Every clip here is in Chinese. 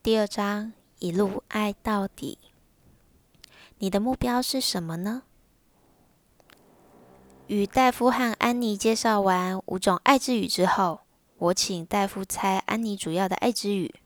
第二章，一路爱到底。你的目标是什么呢？与戴夫和安妮介绍完5种爱之语之后，我请戴夫猜安妮主要的爱之语。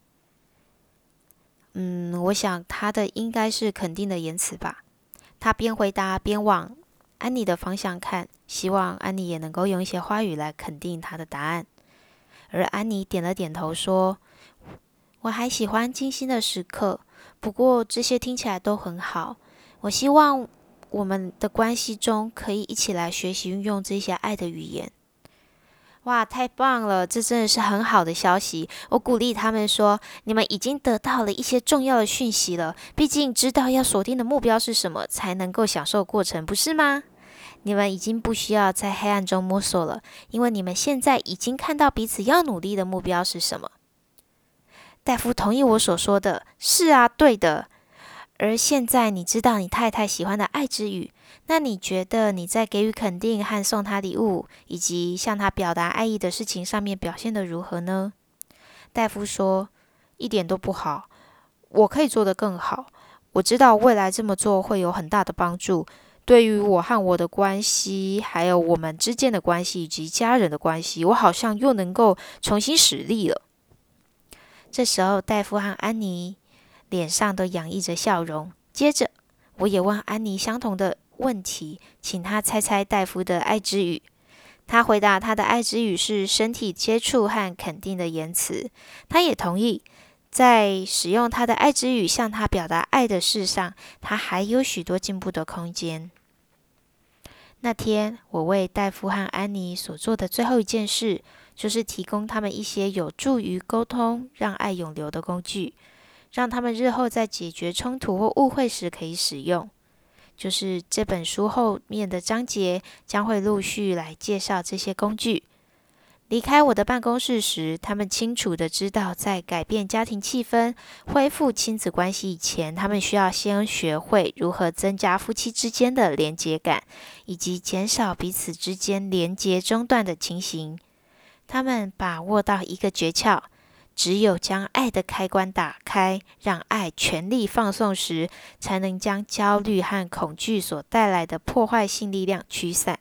我想他的应该是肯定的言辞吧。他边回答边往安妮的方向看，希望安妮也能够用一些话语来肯定他的答案。而安妮点了点头说，我还喜欢精心的时刻，不过这些听起来都很好。我希望我们的关系中可以一起来学习运用这些爱的语言。哇，太棒了！这真的是很好的消息。我鼓励他们说，你们已经得到了一些重要的讯息了。毕竟知道要锁定的目标是什么，才能够享受过程，不是吗？你们已经不需要在黑暗中摸索了，因为你们现在已经看到彼此要努力的目标是什么。戴夫同意我所说的，是啊，对的。而现在你知道你太太喜欢的爱之语，那你觉得你在给予肯定和送她礼物，以及向她表达爱意的事情上面表现得如何呢？戴夫说，一点都不好，我可以做得更好。我知道未来这么做会有很大的帮助，对于我和我的关系，还有我们之间的关系以及家人的关系，我好像又能够重新使力了。这时候戴夫和安妮脸上都洋溢着笑容。接着我也问安妮相同的问题，请她猜猜戴夫的爱之语。她回答她的爱之语是身体接触和肯定的言辞。她也同意在使用她的爱之语向她表达爱的事上，她还有许多进步的空间。那天我为戴夫和安妮所做的最后一件事，就是提供他们一些有助于沟通、让爱永留的工具，让他们日后在解决冲突或误会时可以使用。就是这本书后面的章节将会陆续来介绍这些工具。离开我的办公室时，他们清楚地知道，在改变家庭气氛、恢复亲子关系以前，他们需要先学会如何增加夫妻之间的连结感，以及减少彼此之间连结中断的情形。他们把握到一个诀窍，只有将爱的开关打开，让爱全力放送时，才能将焦虑和恐惧所带来的破坏性力量驱散。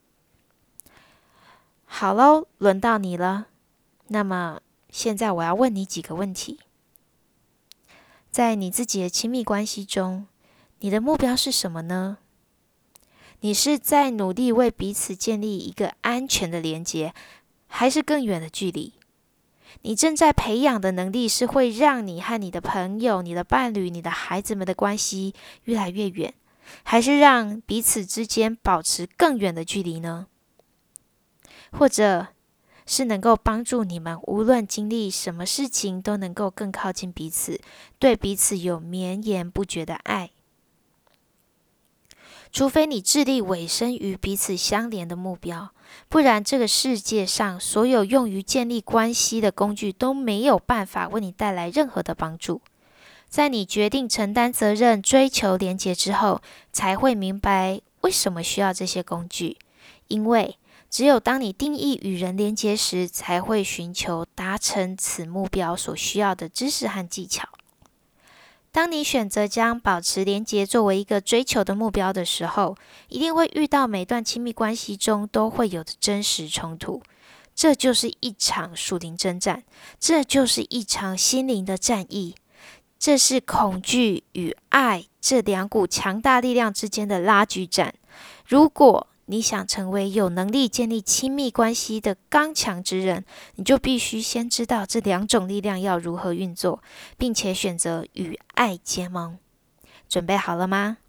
好喽，轮到你了。那么，现在我要问你几个问题。在你自己的亲密关系中，你的目标是什么呢？你是在努力为彼此建立一个安全的连结，还是更远的距离？你正在培养的能力是会让你和你的朋友、你的伴侣、你的孩子们的关系越来越远，还是让彼此之间保持更远的距离呢？或者是能够帮助你们无论经历什么事情都能够更靠近彼此，对彼此有绵延不绝的爱。除非你致力委身于彼此相连的目标，不然这个世界上所有用于建立关系的工具都没有办法为你带来任何的帮助。在你决定承担责任、追求连结之后，才会明白为什么需要这些工具。因为只有当你定义与人连结时，才会寻求达成此目标所需要的知识和技巧。当你选择将保持连结作为一个追求的目标的时候，一定会遇到每段亲密关系中都会有的真实冲突。这就是一场属灵征战，这就是一场心灵的战役。这是恐惧与爱这2股强大力量之间的拉锯战。如果你想成为有能力建立亲密关系的刚强之人，你就必须先知道这2种力量要如何运作，并且选择与爱结盟。准备好了吗？